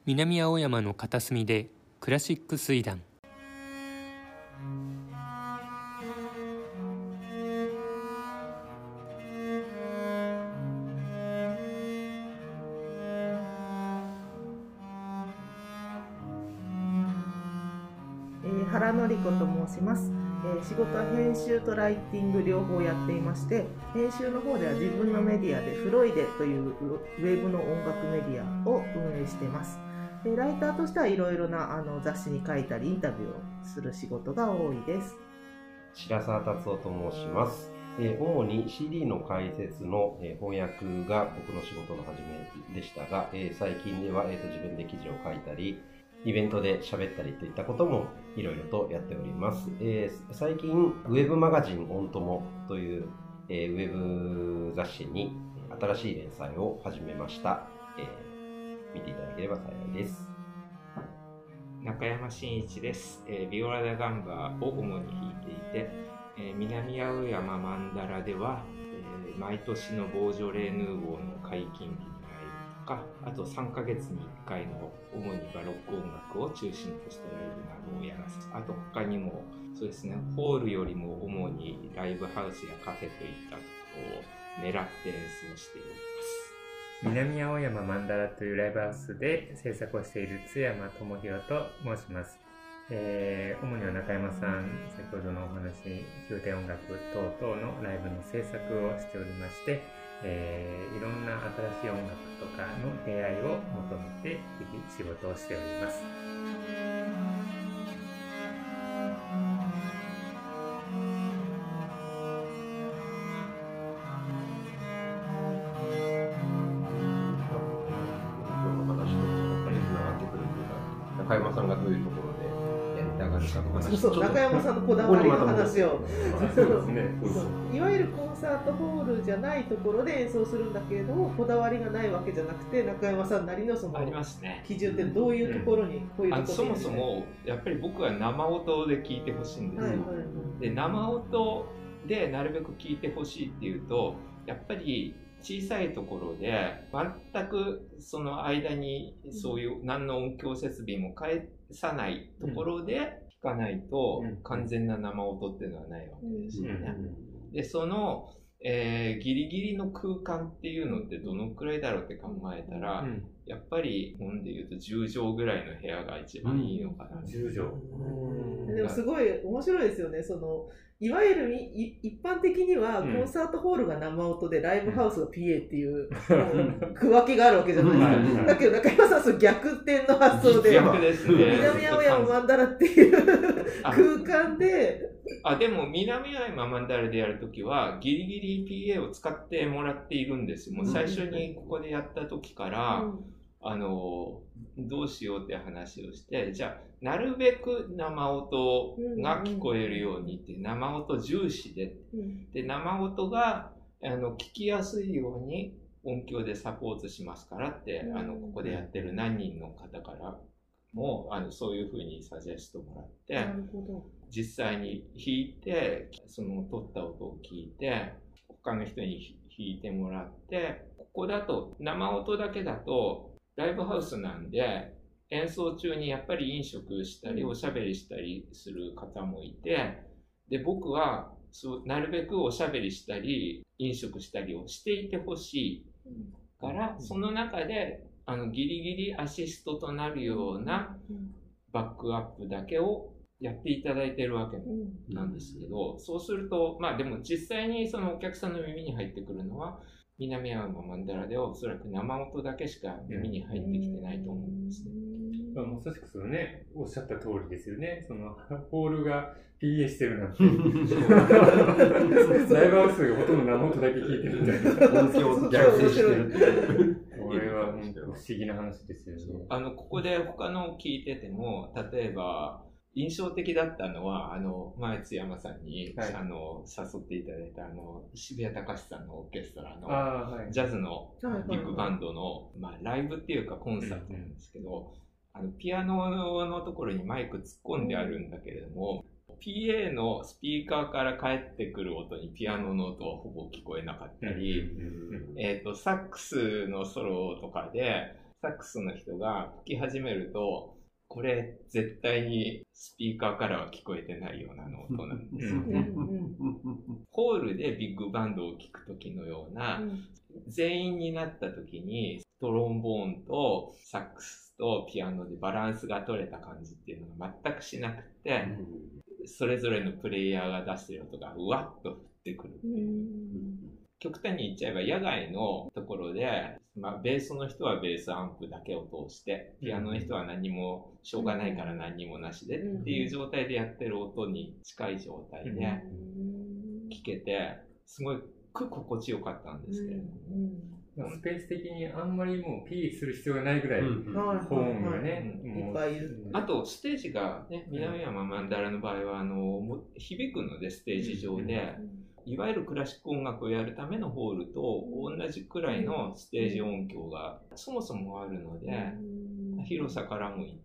南青山の片隅でクラシック水団。 原典子と申します。仕事は編集とライティング両方やっていまして、編集の方では自分のメディアでフロイデというウェブの音楽メディアを運営しています。ライターとしてはいろいろな雑誌に書いたりインタビューをする仕事が多いです。 白澤達夫と申します。主に CD の解説の翻訳が僕の仕事の始めでしたが、最近では自分で記事を書いたり、イベントで喋ったりといったこともいろいろとやっております。最近、ウェブマガジンオントモという、ウェブ雑誌に新しい連載を始めました。見ていただければ幸いです。 中山真一です。ビオラダガンバを主に弾いていて、南青山マンダラでは、毎年のボージョレ・ヌーボーの解禁日にあと3ヶ月に1回の主にバロック音楽を中心としたライブなどをやらせて、あと他にもそうですね、ホールよりも主にライブハウスやカフェといったところを狙って演奏しております。 南青山マンダラというライブハウスで制作をしている津山智弘と申します。主には中山さん、先ほどのお話、宮廷音楽等々のライブの制作をしておりまして、いろんな新しい音楽とかの出会いを求めて日々仕事をしております。 今日の話とやっぱりつながってくるというか、中山さんがどういうところでやりたがるかの話、 そう中山さんのこだわりの話を、いわゆるコンサートホールじゃないところで演奏するんだけれども、こだわりがないわけじゃなくて、中山さんなりのその基準ってどういうところに、こういうところにそもそもやっぱり僕は生音で聴いてほしいんですよ。で、生音でなるべく聴いてほしいっていうと、やっぱり小さいところで全くその間にそういう何の音響設備も返さないところで聴かないと完全な生音っていうのはないわけですよね。で、その、ギリギリの空間っていうのってどのくらいだろうって考えたら、やっぱり日本でいうと10畳ぐらいの部屋が一番いいのかな。 10畳。 でもすごい面白いですよね。いわゆる一般的にはコンサートホールが生音でライブハウスが PA っていう区分けがあるわけじゃないですか。だけど中山さんは逆転の発想で、南青山マンダラっていう空間で、 でも南青山マンダラでやるときはギリギリ PA を使ってもらっているんですよ。もう最初にここでやったときから、どうしようって話をして、じゃあなるべく生音が聞こえるようにって生音重視で、で生音が聞きやすいように音響でサポートしますからって、ここでやってる何人の方からもそういうふうにサジェストもらって、実際に弾いて、その取った音を聞いて他の人に弾いてもらって、ここだと生音だけだとライブハウスなんで演奏中にやっぱり飲食したりおしゃべりしたりする方もいて、で僕はなるべくおしゃべりしたり飲食したりをしていてほしいから、その中でギリギリアシストとなるようなバックアップだけをやっていただいているわけなんですけど、そうするとでも実際にそのお客さんの耳に入ってくるのは南青山マンダラではおそらく生音だけしか耳に入ってきてないと思うんですね。 まさしくそのね、おっしゃった通りですよね。そのホールが PA してるなんて、ライブハウスがほとんど生音だけ聞いてるみたいな。 音響逆転してる。 これは不思議な話ですよね。 ここで他のを聞いてても、例えば印象的だったのは、前津山さんに、誘っていただいた、渋谷隆さんのオーケストラの、ジャズのビッグバンドの、ライブっていうかコンサートなんですけど、ピアノのところにマイク突っ込んであるんだけれども、PA のスピーカーから返ってくる音にピアノの音はほぼ聞こえなかったり、サックスのソロとかで、 サックスの人が吹き始めると、これ絶対にスピーカーからは聞こえてないような音なんですよね。ホールでビッグバンドを聴く時のような、全員になった時にトロンボーンとサックスとピアノでバランスが取れた感じっていうのが全くしなくて、それぞれのプレイヤーが出してる音がうわっと降ってくるっていう。極端に言っちゃえば野外のところで、ベースの人はベースアンプだけを通して、ピアノの人は何もしょうがないから何にもなしでっていう状態でやってる音に近い状態で聴けて、すごく心地よかったんですけれども。 スペース的にあんまりもうピーする必要がないぐらい、ホーンがね、 いっぱいいる。 あと、ステージがね、南山曼荼羅の場合は、響くので、ステージ上で、いわゆるクラシック音楽をやるためのホールと同じくらいのステージ音響がそもそもあるので、広さからも言って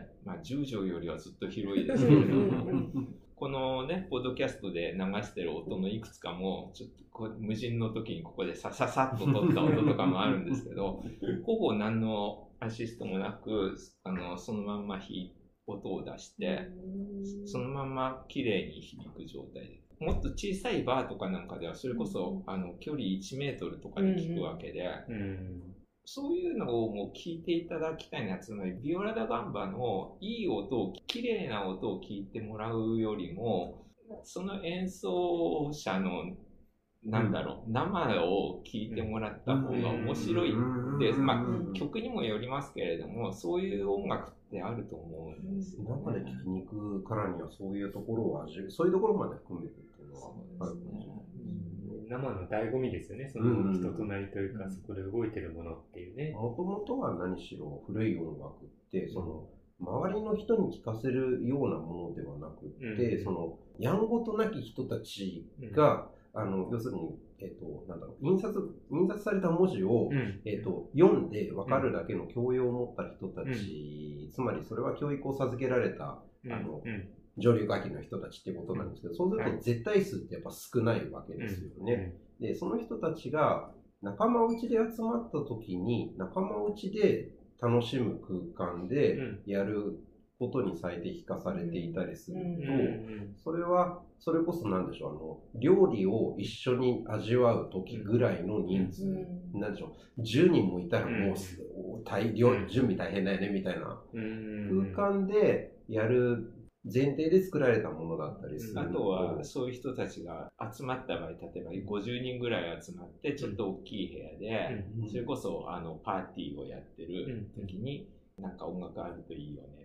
、10畳よりはずっと広いですけれども、このね、ポッドキャストで流してる音のいくつかも、ちょっと無人の時にここでささっと撮った音とかもあるんですけど、ほぼ何のアシストもなく、そのまんま音を出して、そのまんま綺麗に響く状態で。もっと小さいバーとかなんかでは、それこそ、距離1メートルとかで聞くわけで、そういうのをもう聞いていただきたいな。つまり、ビオラダガンバのいい音、綺麗な音を聞いてもらうよりも、その演奏者の、生を聞いてもらった方が面白いです。曲にもよりますけれども、そういう音楽ってあると思うんですよ、ね。 生で聴きに行くからには、そういうところをそういうところまで含めてっていうのはあるかもしれない。 生の醍醐味ですよね、その人となりというか、そこで動いてるものっていうね。 もともとは何しろ古い音楽って、周りの人に聴かせるようなものではなくて、やんごとなき人たちが、要するに、印刷された文字を、読んで分かるだけの教養を持った人たち、つまりそれは教育を授けられた、上流階級の人たちっていうことなんですけど、そうすると絶対数ってやっぱ少ないわけですよね。で、その人たちが仲間内で集まった時に、仲間内で楽しむ空間でやることに最適化されていたりすると、それは、それこそなんでしょう、料理を一緒に味わう時ぐらいの人数、なんでしょう、10人もいたらもう準備大変だよねみたいな空間でやる前提で作られたものだったりする。 あとは、そういう人たちが集まった場合、例えば50人ぐらい集まって、ちょっと大きい部屋で、それこそパーティーをやってる時に、なんか音楽あるといいよね。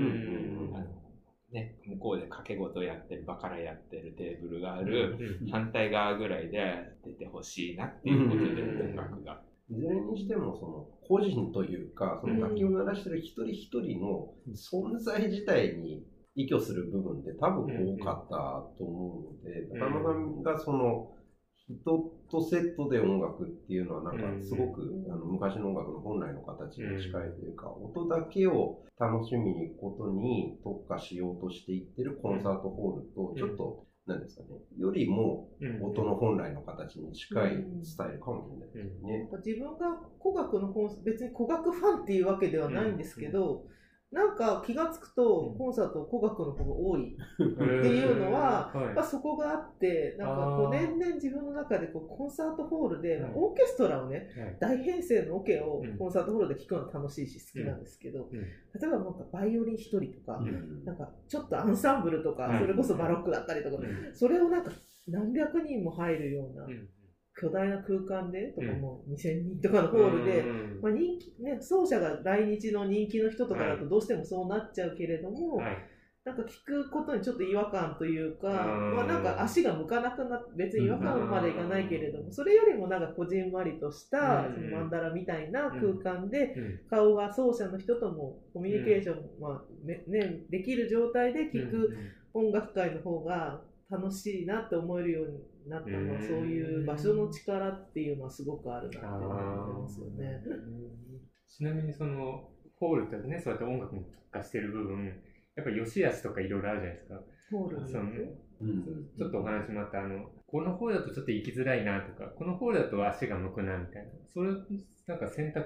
向こうで掛け事やってる、バカラやってるテーブルがある反対側ぐらいで出てほしいなっていうことで音楽が。 いずれにしても個人というか、楽器を鳴らしてる一人一人の存在自体に依拠する部分って多分多かったと思うので、中山さんが人とセットで音楽っていうのはなんかすごく昔の音楽の本来の形に近いというか、音だけを楽しみに行くことに特化しようとしていってるコンサートホールとちょっとなんですかね、よりも音の本来の形に近いスタイルかもしれないですね。 自分が古楽の別に古楽ファンっていうわけではないんですけど、なんか気がつくとコンサート古楽の方が多いっていうのは、そこがあって、なんか年々自分の中でコンサートホールで、オーケストラをね、大編成のオケをコンサートホールで聴くのは楽しいし好きなんですけど、例えばなんかバイオリン一人とか、なんかちょっとアンサンブルとか、それこそバロックだったりとか、それをなんか何百人も入るような巨大な空間でとかも2000人とかのホールで、人気ね、奏者が来日の人気の人とかだとどうしてもそうなっちゃうけれども、なんか聞くことにちょっと違和感というか、なんか足が向かなくなって、別に違和感までいかないけれども、それよりもなんかこじんまりとしたそのマンダラみたいな空間で、顔が奏者の人ともコミュニケーション、できる状態で聞く音楽会の方が楽しいなって思えるようになったのは、そういう場所の力っていうのはすごくあるなって思いますよね。 ちなみにそのホールってね、そうやって音楽に特化してる部分、やっぱり良し悪しとかいろいろあるじゃないですか。 ホールちょっとお話もあった、このホールだとちょっと行きづらいなとか、このホールだと足が向くなみたいな、それなんか選択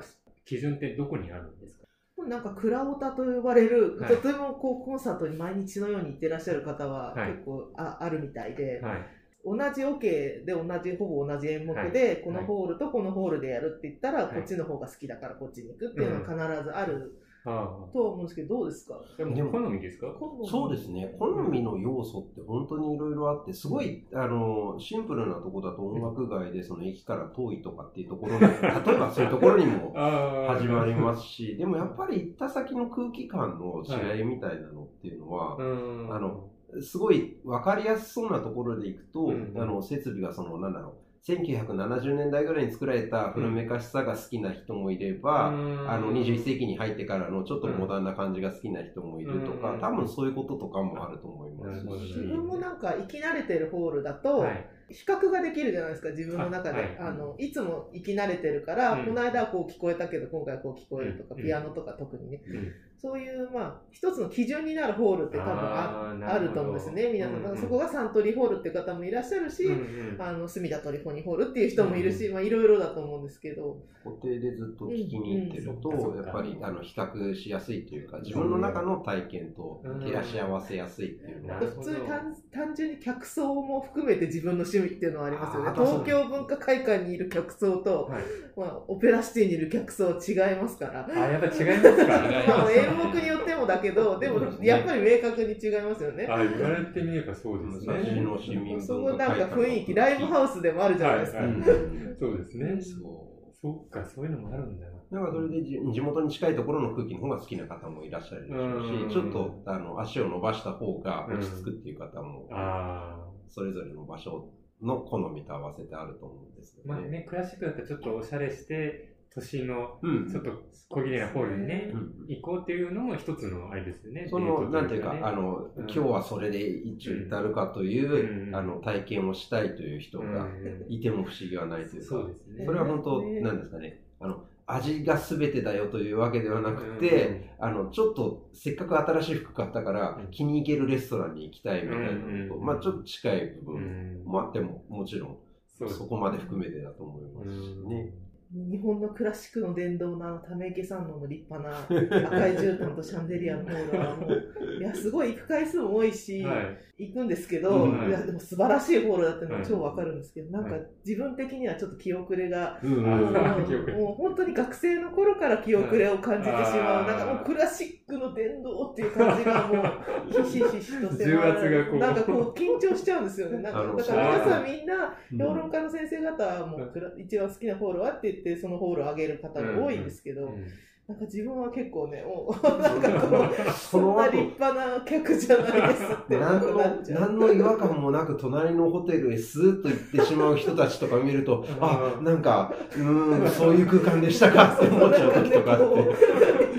基準ってどこにあるんですか？ なんかクラオタと呼ばれる、 はいとてもこうコンサートに毎日のように行ってらっしゃる方ははい結構 あるみたいで、 はい。 同じオケでほぼ同じ演目で、 はいこのホールとこのホールでやるって言ったら、 はいこっちの方が好きだからこっちに行くっていうのは必ずあるあとは思うんですけど、どうですか？ あ。でも好みですか？ そうですね。好みの要素って本当にいろいろあって、すごい、シンプルなところだと音楽街でその駅から遠いとかっていうところに、例えばそういうところにも始まりますし、でもやっぱり行った先の空気感の違いみたいなのっていうのは、すごい分かりやすそうなところで行くと、設備がなんだろう、1970年代ぐらいに作られた古めかしさが好きな人もいれば、21世紀に入ってからのちょっとモダンな感じが好きな人もいるとか、多分そういうこととかもあると思いますし。 自分もなんか生き慣れてるホールだと、比較ができるじゃないですか、自分の中で。いつも生き慣れてるから、この間はこう聞こえたけど、今回はこう聞こえるとか、ピアノとか特にね。そういう、一つの基準になるホールって多分あると思うんですね、皆さん。だからそこがサントリーホールって方もいらっしゃるし、隅田トリフォニーホールっていう人もいるし、いろいろだと思うんですけど。 固定でずっと聞きに行ってると、やっぱり比較しやすいというか、自分の中の体験と照らし合わせやすいっていうのは。 普通に単純に客層も含めて自分の趣味っていうのはありますよね。東京文化会館にいる客層と、オペラシティにいる客層違いますから。 やっぱ違いますか？ 演目によってもだけど、でもやっぱり明確に違いますよね。 言われてみればそうですね。 そこなんか雰囲気、ライブハウスでもあるじゃないですか。 そうですね。そっか、そういうのもあるんだ。 だからそれで地元に近いところの空気の方が好きな方もいらっしゃるでしょうし、ちょっと足を伸ばした方が落ち着くっていう方も、それぞれの場所の好みと合わせてあると思うんですよね。 クラシックだったらちょっとおしゃれして、都心のちょっと小綺麗なホールにね、行こうっていうのも一つのあれですよね。 なんていうか、今日はそれで一応至るかという、体験をしたいという人がいても不思議はないというか、それは本当、なんですかね、味が全てだよというわけではなくて、ちょっとせっかく新しい服買ったから気に入けるレストランに行きたいみたいなのと、ちょっと近い部分もあっても、もちろんそこまで含めてだと思いますしね。 日本のクラシックの殿堂のため池山王の立派な赤い絨毯とシャンデリアのホールはもう、いや、すごい行く回数も多いし、行くんですけど、いや、でも素晴らしいホールだっていうのは超わかるんですけど、なんか自分的にはちょっと気遅れが、もう本当に学生の頃から気遅れを感じてしまう、なんかもうクラシックの殿堂っていう感じがもう、ひしひしと迫る、なんかこう緊張しちゃうんですよね。なんかだから皆さんみんな、評論家の先生方はもう一番好きなホールはって言って、そのホールを上げる方が多いんですけど、なんか自分は結構ね、なんかこう、そんな立派な客じゃないですって何の違和感もなく隣のホテルへスーッと行ってしまう人たちとか見ると、なんか、そういう空間でしたかって思っちゃう時とかあって。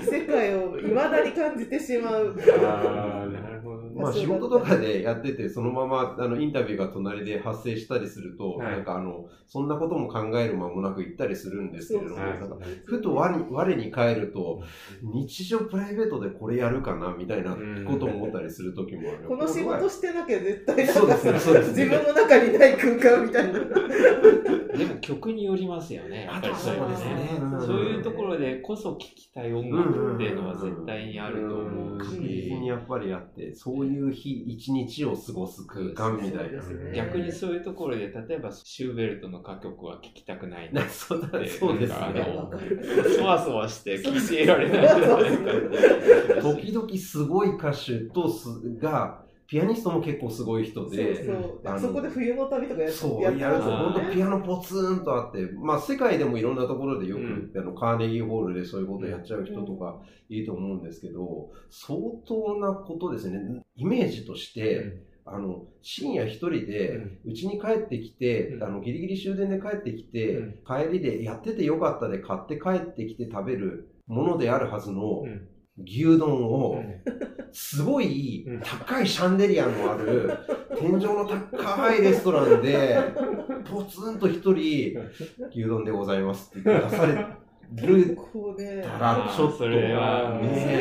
異世界を未だに感じてしまう。 なるほど。 仕事とかでやってて、そのままインタビューが隣で発生したりすると、なんかそんなことも考える間もなく行ったりするんですけれども、ふと我に返ると、日常プライベートでこれやるかなみたいなことを思ったりする時もある。 この仕事してなきゃ絶対なんか自分の中にない空間みたいな。 でも曲によりますよね。やっぱりそうですね。そういうところでこそ聴きたい音楽っていうのは絶対にあると思うし。 確実にやっぱりあって、そういう日一日を過ごす空間みたいな。 逆にそういうところで、例えばシューベルトの歌曲は聴きたくないなって。 そうですね。 そわそわして聴いていられないじゃないですか。 時々すごい歌手とが、ピアニストも結構すごい人で、 そこで冬の旅とかやると本当ピアノポツンとあって、世界でもいろんなところでよく、カーネギーホールでそういうことやっちゃう人とかいいと思うんですけど、相当なことですね。イメージとして、深夜一人で家に帰ってきて、ギリギリ終電で帰ってきて、帰りでやっててよかったで買って帰ってきて食べるものであるはずの牛丼を、すごい高いシャンデリアのある天井の高いレストランでポツンと一人牛丼でございますって出されるたらちょっとそれがな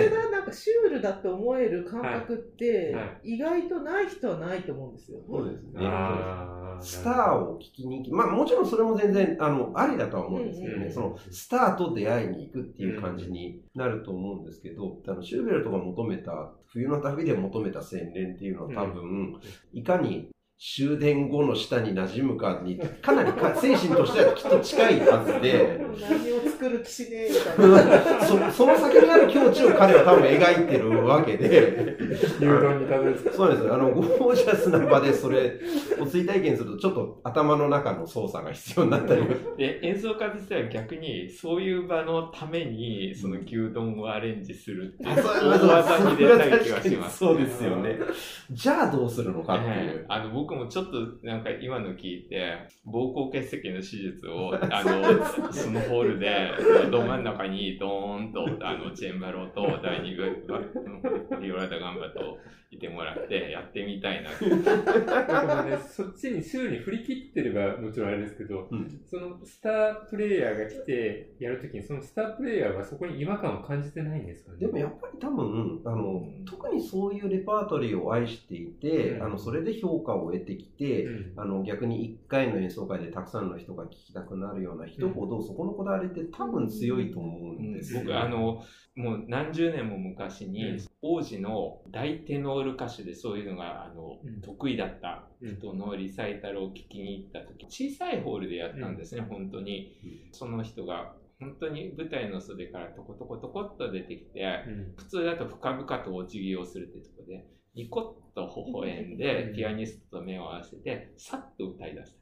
かシュールだと思える感覚って意外とない人はないと思うんですよ。 そうですね。スターを聞きに行き、まあもちろんそれも全然ありだとは思うんですけどね、そのスターと出会いに行くっていう感じになると思うんですけど、シューベルトが求めた、冬の旅で求めた洗練っていうのは多分、いかに終電後の下に馴染むかにかなり精神としてはきっと近いはずで何を作る気しねえみたいなその先にある境地を彼は多分描いてるわけで牛丼にたどり着く。 そうです。ゴージャスな場でそれを追体験するとちょっと頭の中の操作が必要になったりで演奏家としては逆にそういう場のためにその牛丼をアレンジするっていう大技に出たい気がします、 そうですよね。じゃあどうするのかっていう、 僕もちょっとなんか今の聞いて膀胱結石の手術をそのホールでど真ん中にドーンとチェンバロと第2部ビオラダガンバといてもらってやってみたいな。 でもね、そっちにシュールに振り切ってればもちろんあれですけど、そのスタープレイヤーが来てやるときにそのスタープレイヤーはそこに違和感を感じてないんですかね。 でもやっぱり多分特にそういうレパートリーを愛していて、それで評価を得てきて、逆に1回の演奏会でたくさんの人が聴きたくなるような人ほど、そこのこだわりって多分強いと思うんですよ。 僕もう何十年も昔に、王子の大テノール歌手でそういうのが得意だった人のリサイタルを聴きに行った時、小さいホールでやったんですね、本当に。その人が本当に舞台の袖からトコトコトコっと出てきて、普通だと深々とお辞儀をするってとこで、ニコッと微笑んで、ピアニストと目を合わせて、さっと歌い出した。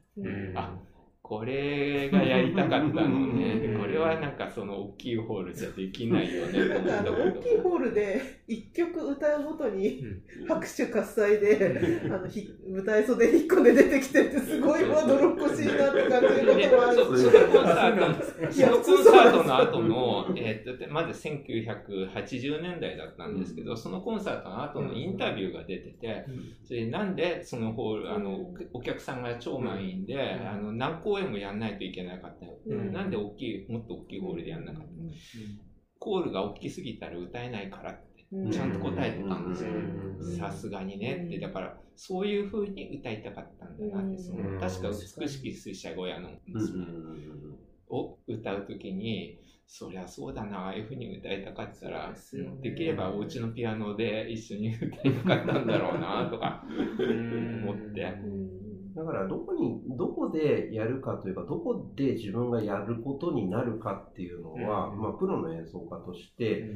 あ、これがやりたかったのね。これはなんかその大きいホールじゃできないよね。 大きいホールで一曲歌うごとに拍手喝采で舞台袖に1個で出てきてってすごいまどろっこしいなって感じることもあるし、 そのコンサートの後の、まず1980年代だったんですけど、そのコンサートの後のインタビューが出てて、それなんでそのホールお客さんが超満員で何公演もやんないといけなかったよ。なんでもっと大きいホールでやんなかったの。コールが大きすぎたら歌えないからってちゃんと答えてたんですよ。さすがにねって。だからそういう風に歌いたかったんだなって、確か美しき水車小屋の娘を歌うときに、そりゃそうだな、ああいう風に歌いたかったら、できればお家のピアノで一緒に歌いたかったんだろうなとか思って。 だからどこでやるかというか、どこで自分がやることになるかっていうのは、プロの演奏家として、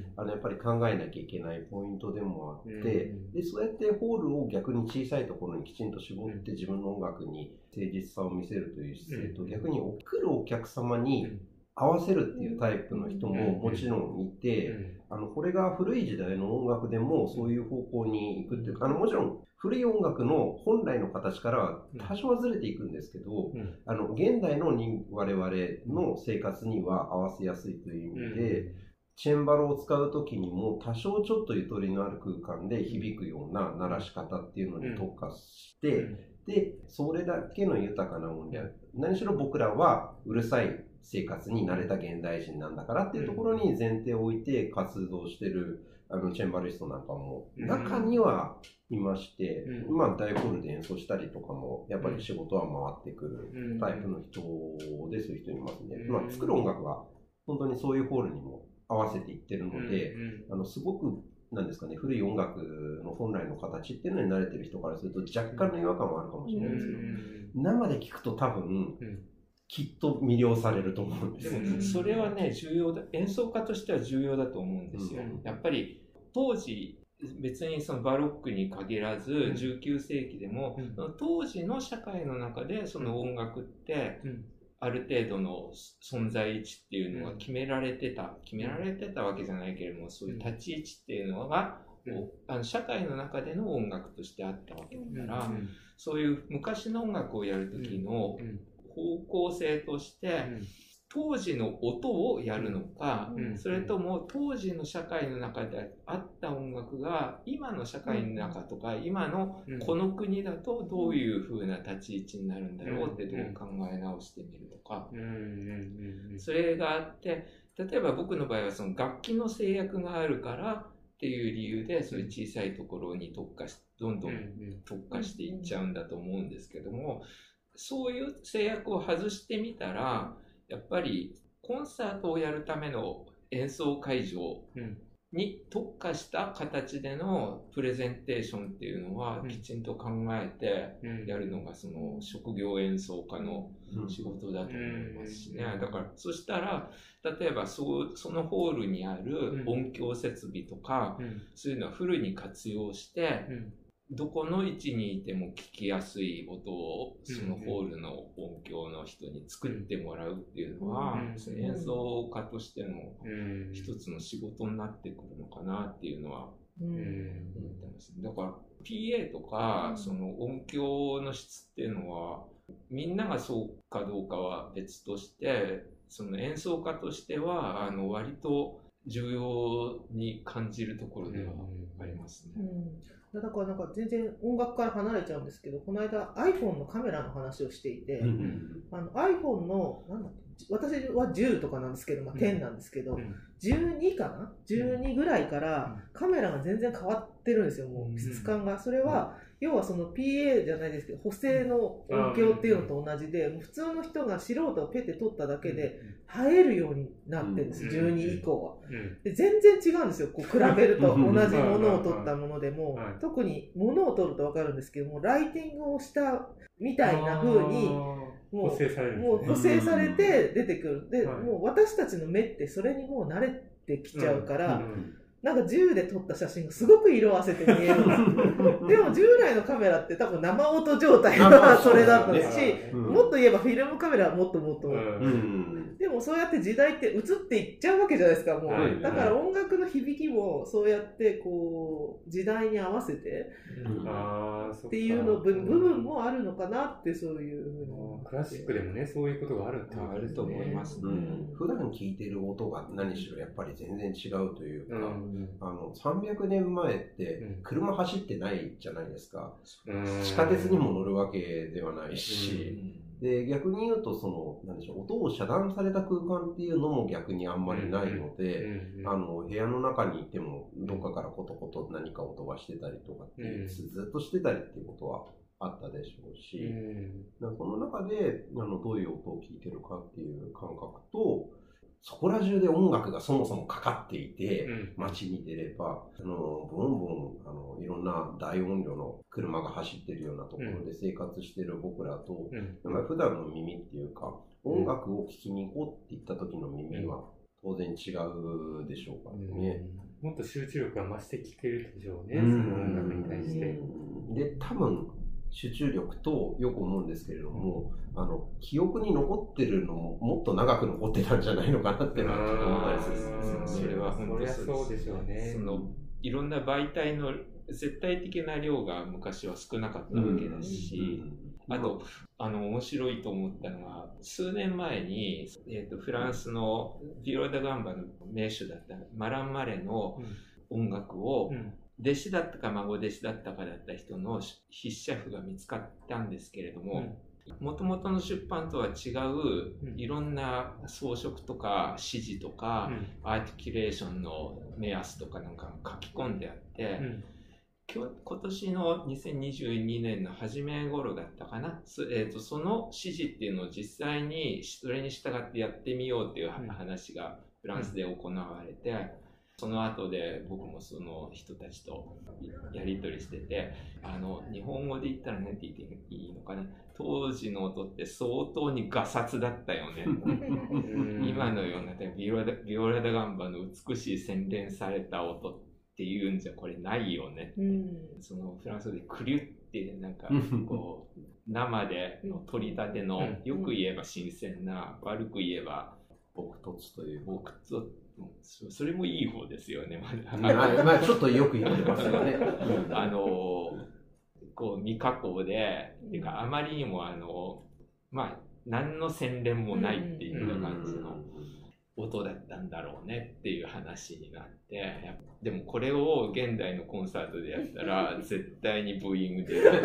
やっぱり考えなきゃいけないポイントでもあって、で、そうやってホールを逆に小さいところにきちんと絞って自分の音楽に誠実さを見せるという姿勢と、逆に来るお客様に合わせるっていうタイプの人ももちろんいて、これが古い時代の音楽でもそういう方向に行くっていうか、もちろん古い音楽の本来の形からは多少はずれていくんですけど、現代の我々の生活には合わせやすいという意味で、チェンバロを使う時にも多少ちょっとゆとりのある空間で響くような鳴らし方っていうのに特化して、で、それだけの豊かなものである。何しろ僕らはうるさい生活に慣れた現代人なんだからっていうところに前提を置いて活動してるチェンバリストなんかも中にはいまして、大ホールで演奏したりとかもやっぱり仕事は回ってくるタイプの人で、そういう人いますね。作る音楽が本当にそういうホールにも合わせていってるので、すごくなんですかね、古い音楽の本来の形っていうのに慣れてる人からすると若干の違和感はあるかもしれないですけど、生で聞くと多分、きっと魅了されると思うんですよ。 でもそれはね、重要だ。演奏家としては重要だと思うんですよ。やっぱり当時、別にそのバロックに限らず、19世紀でも、当時の社会の中でその音楽って、ある程度の存在位置っていうのが決められてたわけじゃないけれども、そういう立ち位置っていうのが、社会の中での音楽としてあったわけだから、そういう昔の音楽をやるときの方向性として、当時の音をやるのか、それとも当時の社会の中であった音楽が今の社会の中とか今のこの国だとどういう風な立ち位置になるんだろうってどう考え直してみるとか、それがあって、例えば僕の場合はその楽器の制約があるからっていう理由で、そういう小さいところにどんどん特化していっちゃうんだと思うんですけども、そういう制約を外してみたら、やっぱりコンサートをやるための演奏会場に特化した形でのプレゼンテーションっていうのはきちんと考えてやるのがその職業演奏家の仕事だと思いますしね。だからそしたら例えばそのホールにある音響設備とかそういうのはフルに活用してどこの位置にいても聞きやすい音をそのホールの音響の人に作ってもらうっていうのは演奏家としての一つの仕事になってくるのかなっていうのは思ってます。だから PA とかその音響の質っていうのはみんながそうかどうかは別としてその演奏家としては割と重要に感じるところではありますね。 だからなんか全然音楽から離れちゃうんですけど、この間 iPhone のカメラの話をしていて、iPhone のなんだっけ、私は10とかなんですけど、10なんですけど、12かな ?12 ぐらいからカメラが全然変わってるんですよ、もう質感が。それは要はその PA じゃないですけど補正の音響っていうのと同じで、もう普通の人が素人をペッて撮っただけで映えるようになってるんです、12以降は。で全然違うんですよ、こう比べると同じものを撮ったものでも、特にものを撮ると分かるんですけども、ライティングをしたみたいな風にもう補正されて出てくる。でもう私たちの目ってそれにもう慣れてきちゃうから、なんか銃で撮った写真がすごく色あせて見えるんですでも従来のカメラって多分生音状態がそれだったし、もっと言えばフィルムカメラはもっともっと、でもそうやって時代って移っていっちゃうわけじゃないですか、もう。だから音楽の響きもそうやってこう時代に合わせてっていうの部分もあるのかなって、そういうふうに。 クラシックでもね、そういうことがあるってあると思いますね。 普段聴いてる音が何しろやっぱり全然違うというか、300年前って車走ってないじゃないですか。地下鉄にも乗るわけではないし、で逆に言うとそのなんでしょう、音を遮断された空間っていうのも逆にあんまりないので、部屋の中にいてもどっかからコトコト何かを飛ばしてたりとかっていう、ずっとしてたりっていうことはあったでしょうし、この中でどういう音を聴いてるかっていう感覚と、そこら中で音楽がそもそもかかっていて、街に出ればボンボンいろんな大音量の車が走ってるようなところで生活してる僕らと、普段の耳っていうか音楽を聴きに行こうって言った時の耳は当然違うでしょうからね。 もっと集中力が増して聴けるでしょうね、その音楽に対して。 で多分集中力とよく思うんですけれども、記憶に残ってるのももっと長く残ってたんじゃないのかなってのはちょっと思ったりする。 それは本当そうでしょうね。いろんな媒体の絶対的な量が昔は少なかったわけだし、あと面白いと思ったのは数年前に、フランスのビオラ・ダ・ガンバの名手だったマラン・マレの音楽を、弟子だったか孫弟子だったかだった人の筆写譜が見つかったんですけれども、もともとの出版とは違ういろんな装飾とか指示とか、アーティキュレーションの目安とかなんか書き込んであって、今年の2022年の初め頃だったかな、その指示っていうのを実際にそれに従ってやってみようっていう話がフランスで行われて、その後で僕もその人たちとやり取りしてて、日本語で言ったら何て言っていいのかな、当時の音って相当にガサツだったよね今のようなビオラ・ダ・ガンバの美しい洗練された音っていうんじゃこれないよね、そのフランスでクリュってなんかこう生での取り立ての、よく言えば新鮮な、悪く言えば朴突というそれもいい方ですよね。 ちょっとよく言ってますよね。 こう未加工で、っていうかあまりにも何の洗練もないっていう感じの音だったんだろうねっていう話になって、でもこれを現代のコンサートでやったら絶対にブーイングでで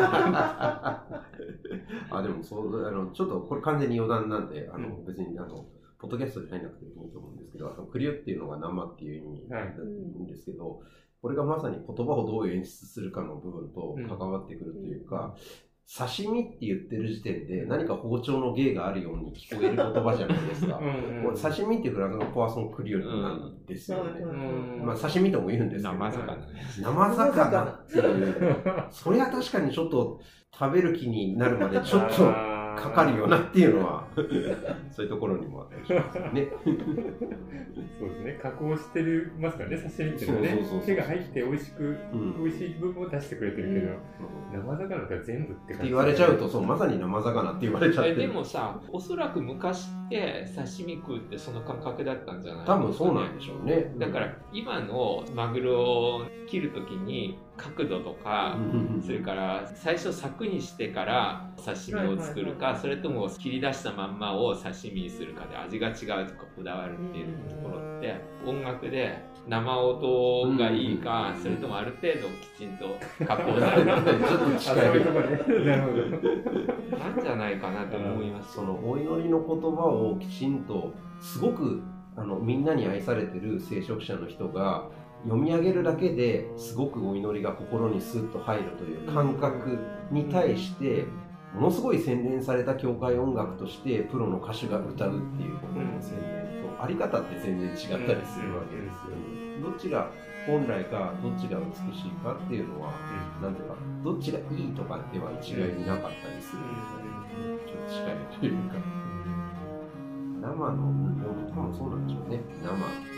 もそうちょっとこれ完全に余談なんで別にポッドキャストで入らなくてもいいと思うんですけど、クリュっていうのが生っていう意味なんですけど、 これがまさに言葉をどう演出するかの部分と関わってくるというか、刺身って言ってる時点で何か包丁の芸があるように聞こえる言葉じゃないですか。刺身っていうフランスのポワソンクリオルなんですよね。まあ刺身とも言うんですけど、 生魚。 生魚っていう、それは確かにちょっと食べる気になるまでちょっとかかるよなっていうのは、そういうところにもあったりしますよね。 そうですね。加工してますからね、刺身っていうのはね。手が入って美味しい部分を出してくれてるけど、生魚だったら全部って感じ。 言われちゃうと、そう、まさに生魚って言われちゃってる。 でもさ、おそらく昔って刺身食うってその感覚だったんじゃない？ 多分そうなんでしょうね。 だから今のマグロを切るときに角度とか、それから最初柵にしてから刺身を作るか、それとも切り出したまんまを刺身にするかで味が違うとかこだわるっていうところって、音楽で生音がいいか、それともある程度きちんと加工されてちょっと近い。 なるほど。 なんじゃないかなと思います。 そのお祈りの言葉をきちんと、すごくみんなに愛されてる聖職者の人が読み上げるだけですごくお祈りが心にスッと入るという感覚に対して、ものすごい洗練された教会音楽としてプロの歌手が歌うっていうことの洗練とあり方って全然違ったりするわけですよね。どっちが本来かどっちが美しいかっていうのは、なんていうかどっちがいいとかでは一概になかったりするので、ちょっと近いというか、生の多分そうなんでしょうね。生